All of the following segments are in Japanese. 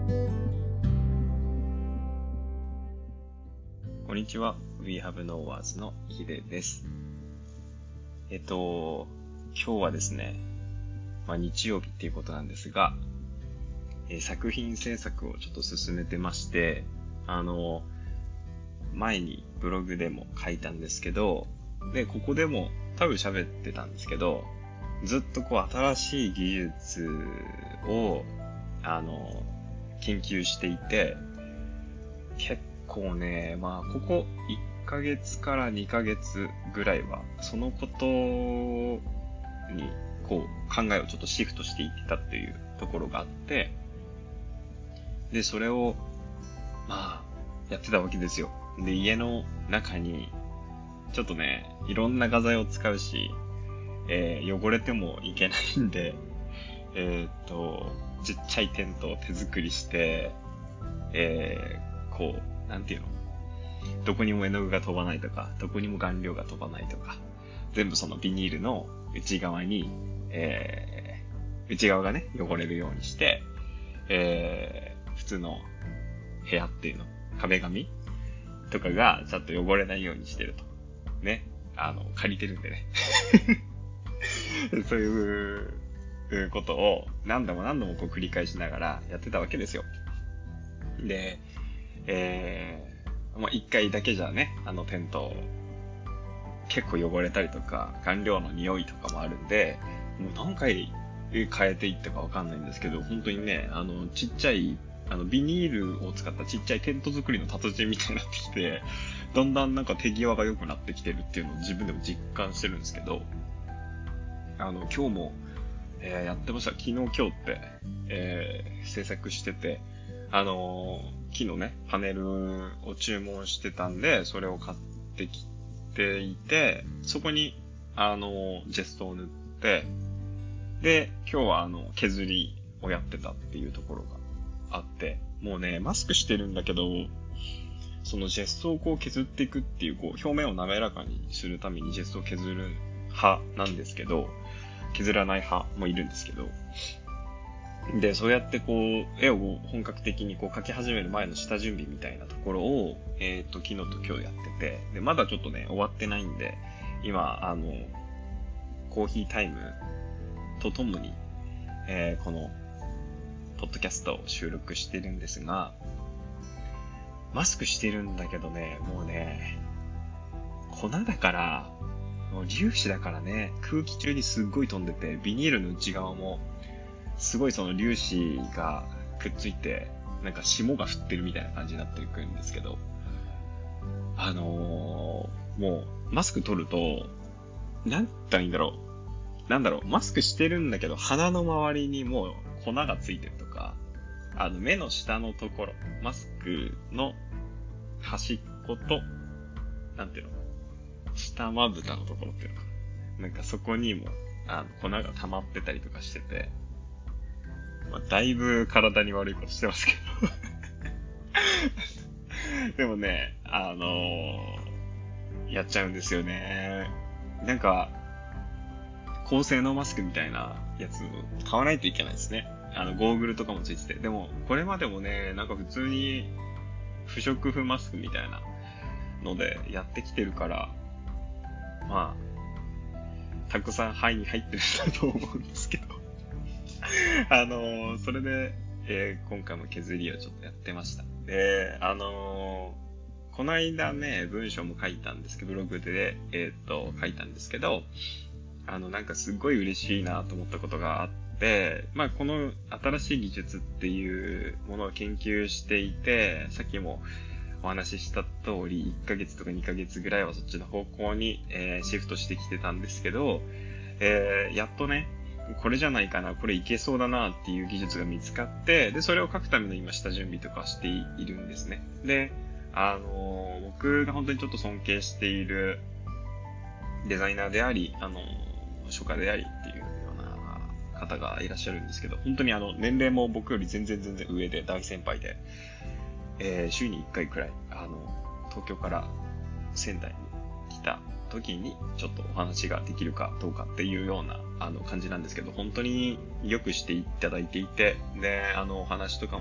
こんにちは。We Have No Words のヒデです。今日はですね、日曜日っていうことなんですが、作品制作をちょっと進めてまして、前にブログでも書いたんですけど、で、ここでも多分喋ってたんですけど、ずっと新しい技術を、研究していて、結構ね、ここ1ヶ月から2ヶ月ぐらいは、そのことに、考えをちょっとシフトしていってたっていうところがあって、で、それを、やってたわけですよ。で、家の中に、ちょっとね、いろんな画材を使うし、汚れてもいけないんで、ちっちゃいテントを手作りして、なんていうの？どこにも絵の具が飛ばないとか、どこにも顔料が飛ばないとか、全部そのビニールの内側に、内側がね、汚れるようにして、普通の部屋っていうの、壁紙とかがちゃんと汚れないようにしてると。ね。借りてるんでね。そういうことを何度も繰り返しながらやってたわけですよ。で、一回だけじゃね、テント結構汚れたりとか、顔料の匂いとかもあるんで、もう何回変えていったかわかんないんですけど、本当にね、ちっちゃい、ビニールを使ったちっちゃいテント作りの達人みたいになってきて、だんだん手際が良くなってきてるっていうのを自分でも実感してるんですけど、今日も、やってました。昨日今日って、制作してて、木のね、パネルを注文してたんで、それを買ってきていて、そこに、ジェストを塗って、で、今日は削りをやってたっていうところがあって、もうね、マスクしてるんだけど、そのジェストを削っていくっていう、表面を滑らかにするためにジェストを削る派なんですけど、削らない派もいるんですけど、で、そうやって絵を本格的に描き始める前の下準備みたいなところを、昨日と今日やってて、で、まだちょっとね、終わってないんで、今、コーヒータイムとともに、この、ポッドキャストを収録してるんですが、マスクしてるんだけどね、もうね、粉だから、もう粒子だからね、空気中にすっごい飛んでて、ビニールの内側も、すごいその粒子がくっついて、なんか霜が降ってるみたいな感じになってくるんですけど、もう、マスク取ると、なんて言ったらいいんだろう。マスクしてるんだけど、鼻の周りにもう粉がついてるとか、目の下のところ、マスクの端っこと、なんていうの、下まぶたのところっていうのかな。なんかそこにも、粉が溜まってたりとかしてて、だいぶ体に悪いことしてますけど。でもね、やっちゃうんですよね。なんか、高性能マスクみたいなやつを買わないといけないですね。ゴーグルとかもついてて。でも、これまでもね、なんか普通に不織布マスクみたいなのでやってきてるから、たくさん肺に入ってるんだと思うんですけど。それで、今回も削りをちょっとやってました。で、この間ね、文章も書いたんですけど、ブログで、書いたんですけど、なんかすっごい嬉しいなと思ったことがあって、この新しい技術っていうものを研究していて、さっきもお話しした通り、1ヶ月とか2ヶ月ぐらいはそっちの方向に、シフトしてきてたんですけど、やっとね、これじゃないかな、これいけそうだなっていう技術が見つかって、で、それを書くための今下準備とかしているんですね。で、僕が本当にちょっと尊敬しているデザイナーであり、書家でありっていうような方がいらっしゃるんですけど、本当に年齢も僕より全然上で大先輩で、週に1回くらい、東京から仙台に来た時にちょっとお話ができるかどうかっていうような感じなんですけど、本当によくしていただいていて、で、お話とかも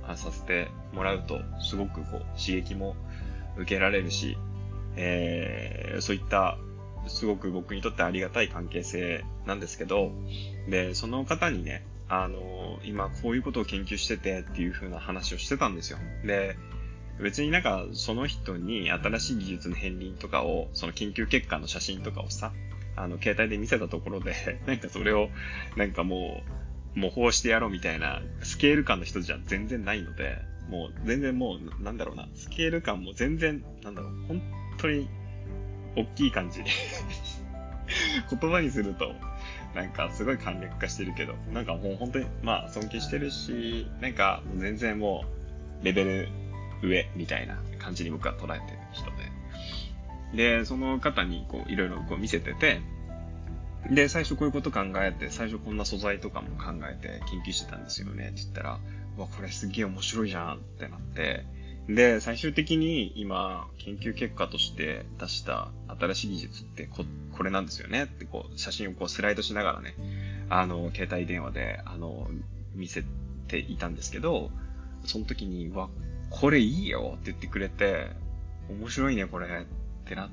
させてもらうと、すごくこう、刺激も受けられるし、そういった、すごく僕にとってありがたい関係性なんですけど、で、その方にね、今こういうことを研究しててっていう風な話をしてたんですよ。で、別になんかその人に新しい技術の片鱗とかを、その研究結果の写真とかをさ、携帯で見せたところで、なんかそれを、なんかもう、模倣してやろうみたいな、スケール感の人じゃ全然ないので、もう全然もう、なんだろうな、スケール感も全然、なんだろう、本当に、大きい感じ。言葉にすると、なんかすごい簡略化してるけど、なんかもう本当に、まあ尊敬してるし、なんか全然もう、レベル上みたいな感じに僕は捉えてる人で。で、その方にこう、いろいろこう見せてて、で、最初こういうこと考えて、最初こんな素材とかも考えて研究してたんですよねって言ったら、うわ、これすげえ面白いじゃんってなって、で、最終的に今、研究結果として出した新しい技術ってこれなんですよねってこう、写真をこうスライドしながらね、携帯電話で、見せていたんですけど、その時に、うわ、これいいよって言ってくれて、面白いね、これってなって、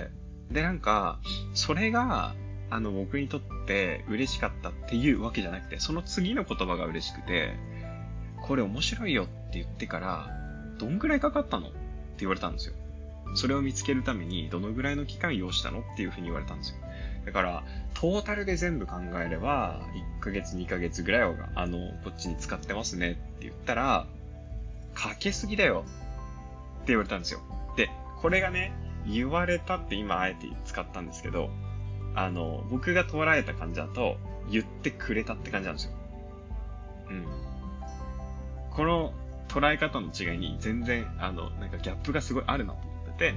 で、なんか、それが、僕にとって嬉しかったっていうわけじゃなくて、その次の言葉が嬉しくて、これ面白いよって言ってから、どんぐらいかかったのって言われたんですよ。それを見つけるためにどのぐらいの期間要したのっていうふうに言われたんですよ。だから、トータルで全部考えれば、1ヶ月2ヶ月ぐらいは、こっちに使ってますねって言ったら、かけすぎだよって言われたんですよ。で、これがね、言われたって今あえて使ったんですけど、僕が捉えた感じだと、言ってくれたって感じなんですよ。うん。この捉え方の違いに全然、なんかギャップがすごいあるなと思ってて、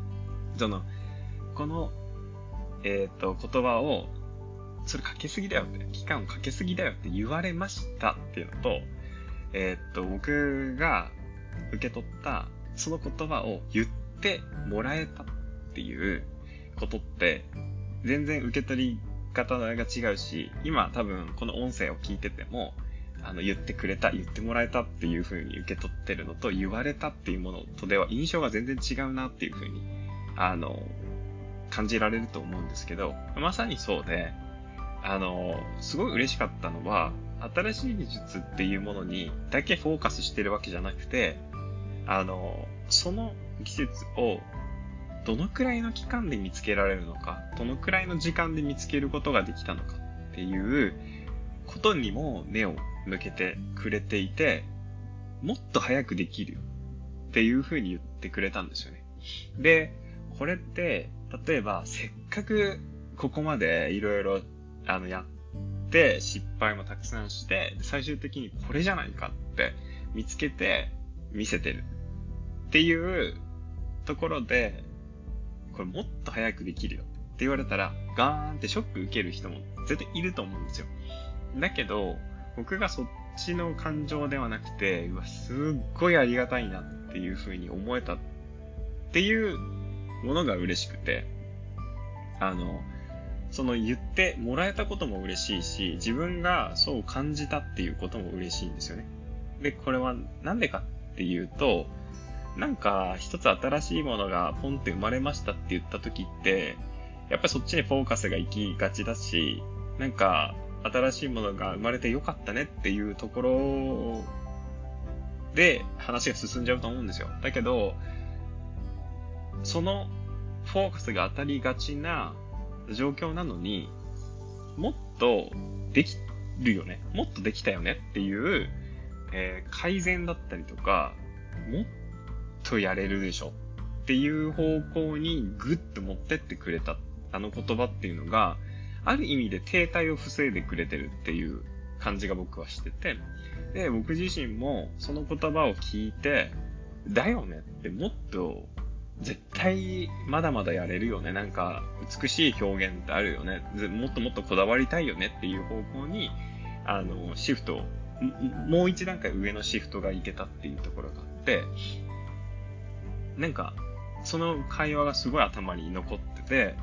この、言葉を、それかけすぎだよって、期間をかけすぎだよって言われましたっていうのと、僕が受け取ったその言葉を言ってもらえたっていうことって、全然受け取り方が違うし、今多分この音声を聞いてても、言ってくれた、言ってもらえたっていう風に受け取ってるのと、言われたっていうものとでは印象が全然違うなっていう風に、感じられると思うんですけど、まさにそうで、すごい嬉しかったのは、新しい技術っていうものにだけフォーカスしてるわけじゃなくて、その技術をどのくらいの期間で見つけられるのか、どのくらいの時間で見つけることができたのかっていうことにも目を向けてくれていて、もっと早くできるっていうふうに言ってくれたんですよね。で、これって、例えばせっかくここまでいろいろやって失敗もたくさんして、最終的にこれじゃないかって見つけて見せてるっていうところで、これもっと早くできるよって言われたら、ガーンってショック受ける人も絶対いると思うんですよ。だけど、僕がそっちの感情ではなくて、うわ、すっごいありがたいなっていう風に思えたっていうものが嬉しくて、その言ってもらえたことも嬉しいし、自分がそう感じたっていうことも嬉しいんですよね。で、これはなんでかっていうと、なんか一つ新しいものがポンって生まれましたって言った時って、やっぱりそっちにフォーカスが行きがちだし、なんか新しいものが生まれてよかったねっていうところで話が進んじゃうと思うんですよ。だけど、そのフォーカスが当たりがちな状況なのに、もっとできるよね、もっとできたよねっていう、改善だったりとか、もっとやれるでしょっていう方向にグッと持ってってくれたあの言葉っていうのが、ある意味で停滞を防いでくれてるっていう感じが僕はしてて、で、僕自身もその言葉を聞いて、だよねって、もっと絶対まだまだやれるよね、なんか美しい表現ってあるよね、もっともっとこだわりたいよねっていう方向にシフト、もう一段階上のシフトがいけたっていうところがあって、なんかその会話がすごい頭に残ってて、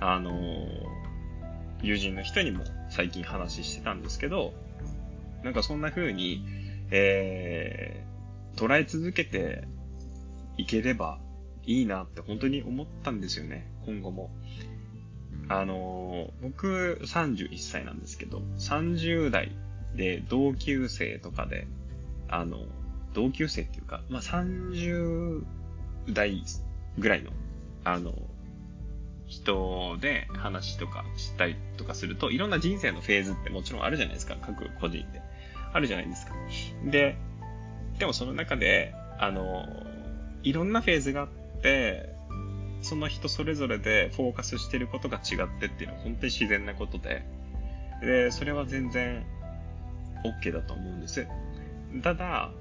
友人の人にも最近話してたんですけど、なんかそんな風に、 捉え続けていければいいなって本当に思ったんですよね、今後も。僕31歳なんですけど、30代で同級生とかで、同級生っていうか、30代ぐらいの、人で話とかしたりとかすると、いろんな人生のフェーズってもちろんあるじゃないですか、各個人で。あるじゃないですか。でもその中で、いろんなフェーズがあって、その人それぞれでフォーカスしてることが違ってっていうのは本当に自然なことで、それは全然 OK だと思うんです。ただ、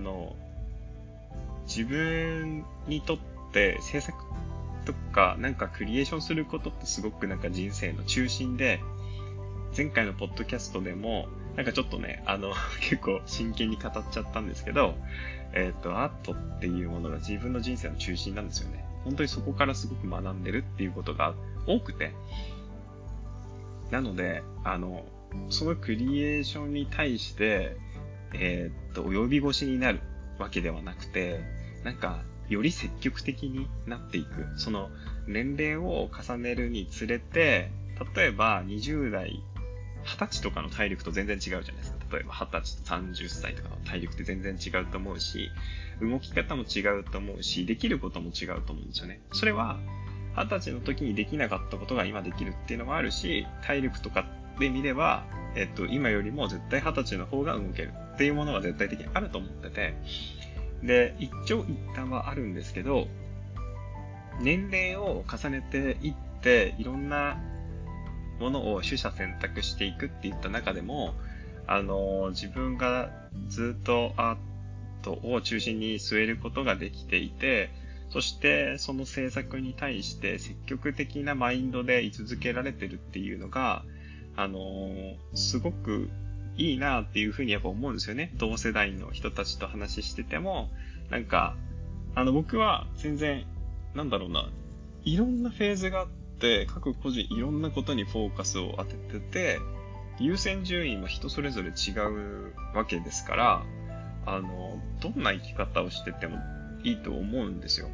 自分にとって制作とかなんかクリエーションすることってすごくなんか人生の中心で、前回のポッドキャストでもなんかちょっとね、結構真剣に語っちゃったんですけど、アートっていうものが自分の人生の中心なんですよね。本当にそこからすごく学んでるっていうことが多くて。なので、そのクリエーションに対して、及び腰になるわけではなくて、なんか、より積極的になっていく。その、年齢を重ねるにつれて、例えば20代、20歳とかの体力と全然違うじゃないですか。例えば20歳と30歳とかの体力って全然違うと思うし、動き方も違うと思うし、できることも違うと思うんですよね。それは、20歳の時にできなかったことが今できるっていうのもあるし、体力とかで見れば、今よりも絶対20歳の方が動けるっていうものは絶対的にあると思ってて、で、一長一短はあるんですけど、年齢を重ねていって、いろんなものを取捨選択していくっていった中でも、自分がずっとアートを中心に据えることができていて、そしてその制作に対して積極的なマインドで居続けられてるっていうのが、すごくいいなっていうふうにやっぱ思うんですよね。同世代の人たちと話してても、なんか、僕は全然、いろんなフェーズがあって、各個人いろんなことにフォーカスを当ててて、優先順位も人それぞれ違うわけですから、どんな生き方をしててもいいと思うんですよ。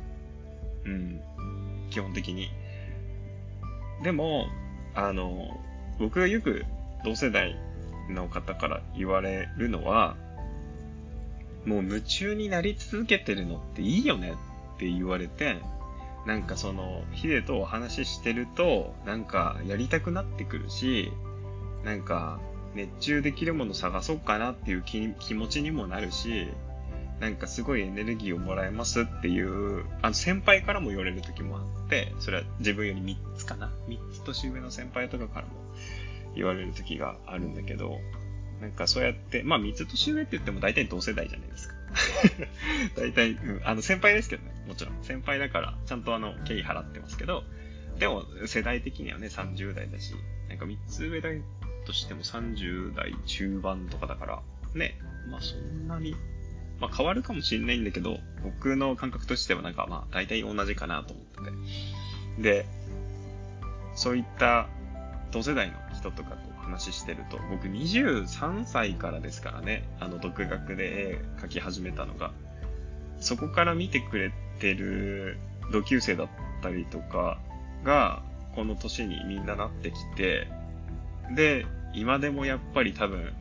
基本的に。でも、僕がよく同世代の方から言われるのは、もう夢中になり続けてるのっていいよねって言われて、なんかヒデとお話ししてると、なんかやりたくなってくるし、なんか熱中できるもの探そうかなっていう気持ちにもなるし、なんかすごいエネルギーをもらえますっていう、先輩からも言われる時もあって、それは自分より3つかな ?3 つ年上の先輩とかからも言われる時があるんだけど、なんかそうやって、3つ年上って言っても大体同世代じゃないですか。大体、先輩ですけどね、もちろん。先輩だから、ちゃんと敬意払ってますけど、でも世代的にはね、30代だし、なんか3つ上だとしても30代中盤とかだから、ね、そんなに、変わるかもしれないんだけど、僕の感覚としてはなんか大体同じかなと思ってて。で、そういった同世代の人とかと話してると、僕23歳からですからね、独学で絵描き始めたのが。そこから見てくれてる同級生だったりとかが、この年にみんななってきて、で、今でもやっぱり多分、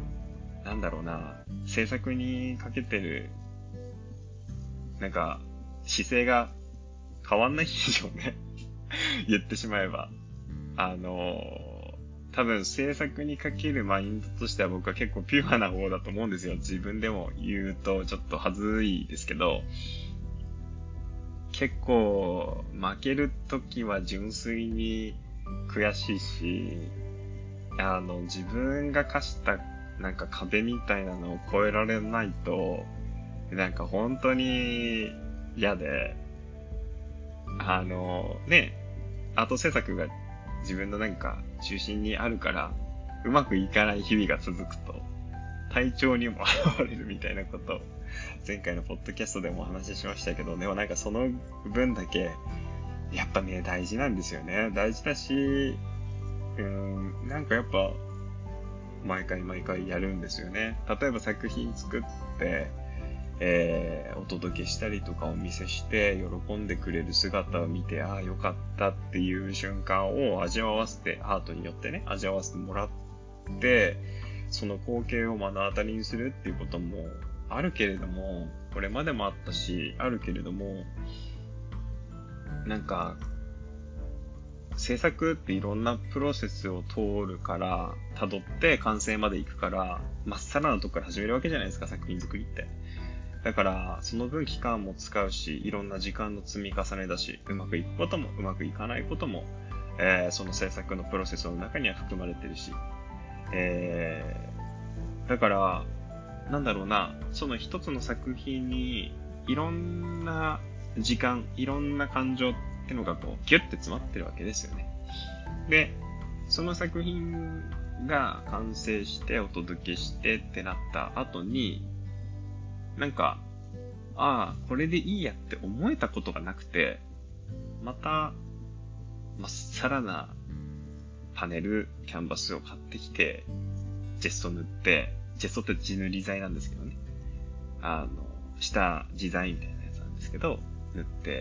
制作にかけてる、なんか、姿勢が変わんないんでしょうね。言ってしまえば。多分制作にかけるマインドとしては僕は結構ピュアな方だと思うんですよ。自分でも言うとちょっと恥ずいですけど、結構負けるときは純粋に悔しいし、自分が課したなんか壁みたいなのを越えられないと、なんか本当に嫌で、アート制作が自分のなんか中心にあるから、うまくいかない日々が続くと、体調にも現れるみたいなことを、前回のポッドキャストでもお話ししましたけど、でもなんかその分だけ、やっぱね、大事なんですよね。大事だし、なんかやっぱ、毎回やるんですよね。例えば作品作って、 お届けしたりとかお見せして喜んでくれる姿を見て、ああよかったっていう瞬間を味わわせて、アートによってね味わわせてもらって、その光景を目の当たりにするっていうこともあるけれども、これまでもあったしあるけれども、なんか制作っていろんなプロセスを通るから、辿って完成まで行くから、まっさらなとこから始めるわけじゃないですか、作品作りって。だからその分期間も使うし、いろんな時間の積み重ねだし、うまくいくこともうまくいかないことも、その制作のプロセスの中には含まれてるし、だからなんだろうな、その一つの作品にいろんな時間、いろんな感情ってのがこうギュッて詰まってるわけですよね。で、その作品が完成してお届けしてってなった後に、なんか、ああ、これでいいやって思えたことがなくて、また、まっさらなパネル、キャンバスを買ってきて、ジェスト塗って、ジェストって地塗り剤なんですけどね。下地剤みたいなやつなんですけど、塗って、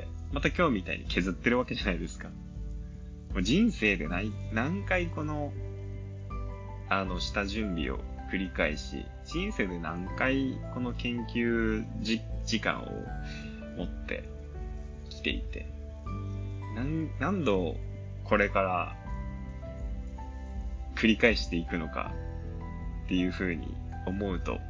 また今日みたいに削ってるわけじゃないですか。もう人生で何回この、下準備を繰り返し、人生で何回この研究時間を持ってきていて、何度これから繰り返していくのかっていう風に思うと、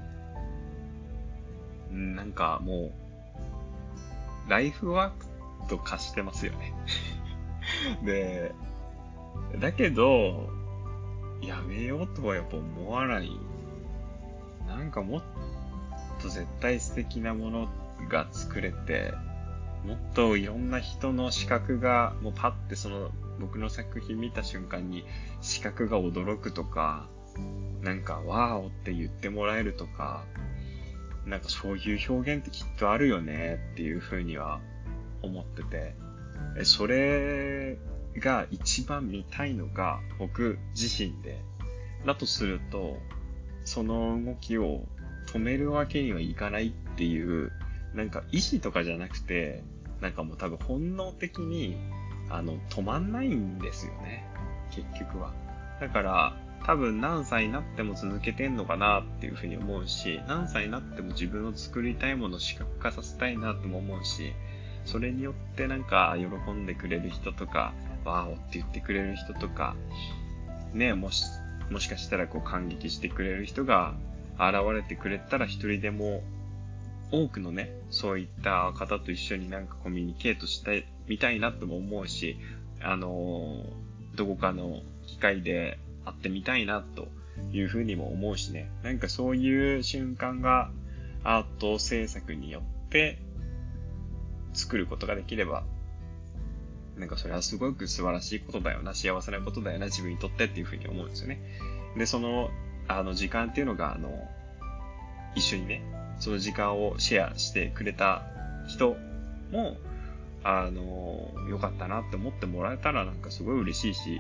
なんかもうライフワークと化してますよね。で、だけどやめようとはやっぱ思わない。なんかもっと絶対素敵なものが作れて、もっといろんな人の視覚がもうパッてその僕の作品見た瞬間に視覚が驚くとか、なんかワーオって言ってもらえるとか、なんかそういう表現ってきっとあるよねっていうふうには思ってて、それが一番見たいのが僕自身で、だとするとその動きを止めるわけにはいかないっていう、なんか意志とかじゃなくて、なんかもう多分本能的に止まんないんですよね、結局は。だから多分何歳になっても続けてんのかなっていうふうに思うし、何歳になっても自分の作りたいものを視覚化させたいなとも思うし、それによってなんか喜んでくれる人とか、ワーオって言ってくれる人とかね、もしかしたらこう感激してくれる人が現れてくれたら、一人でも多くのね、そういった方と一緒になんかコミュニケートしてみたいなとも思うし、どこかの機会で会ってみたいなというふうにも思うしね。なんかそういう瞬間がアート制作によって作ることができれば、なんかそれはすごく素晴らしいことだよな、幸せなことだよな、自分にとってっていうふうに思うんですよね。で、その、時間っていうのが、一緒にね、その時間をシェアしてくれた人も、良かったなって思ってもらえたらなんかすごい嬉しいし、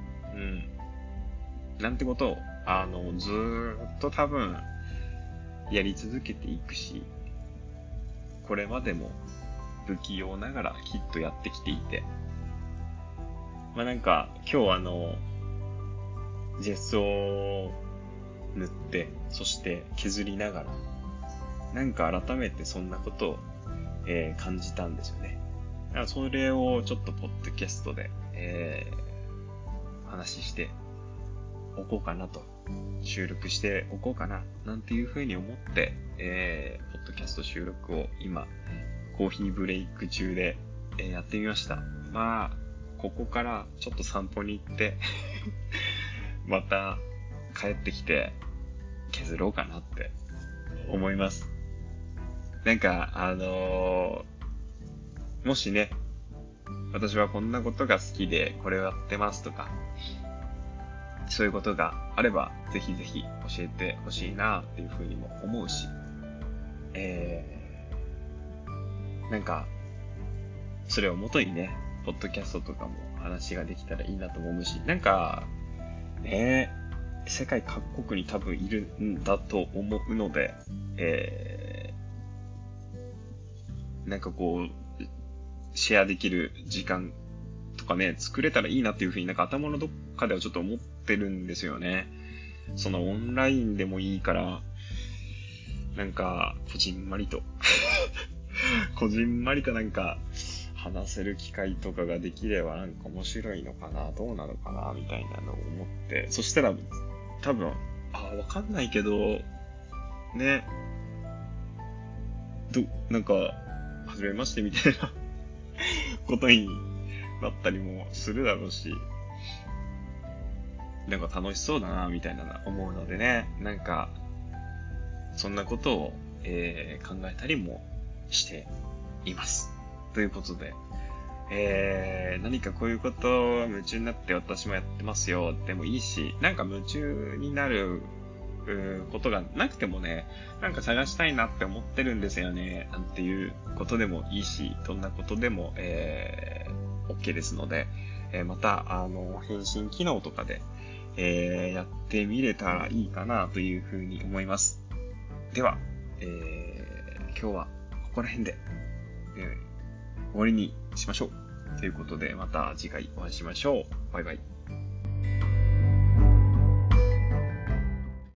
なんてことを、ずーっと多分、やり続けていくし、これまでも不器用ながらきっとやってきていて、まあなんか今日ジェスを塗って、そして削りながら、なんか改めてそんなことを、感じたんですよね。だからそれをちょっとポッドキャストで、話しておこうかなと、収録しておこうかななんていうふうに思って、ポッドキャスト収録を今コーヒーブレイク中で、やってみました。まあここからちょっと散歩に行ってまた帰ってきて削ろうかなって思います。なんかもしね、私はこんなことが好きでこれをやってますとか、そういうことがあればぜひぜひ教えてほしいなっていうふうにも思うし、なんかそれをもとにね、ポッドキャストとかも話ができたらいいなと思うし、なんかね、世界各国に多分いるんだと思うので、 なんかこう、シェアできる時間とかね、作れたらいいなっていうふうになんか頭のどっかではちょっと思ってるんですよね。そのオンラインでもいいから、なんか、こじんまりと、こじんまりとなんか、話せる機会とかができればなんか面白いのかな、どうなのかな、みたいなのを思って、そしたら、多分、わかんないけど、ね、なんか、初めましてみたいなことになったりもするだろうし、なんか楽しそうだな、みたいな思うのでね、なんか、そんなことを、考えたりもしています。ということで、何かこういうこと夢中になって私もやってますよでもいいし、なんか夢中になることがなくてもね、なんか探したいなって思ってるんですよね、なんていうことでもいいし、どんなことでも、OK ですので、また、返信機能とかで、やってみれたらいいかなというふうに思います。では、今日はここら辺で、終わりにしましょう。ということで、また次回お会いしましょう。バイバイ。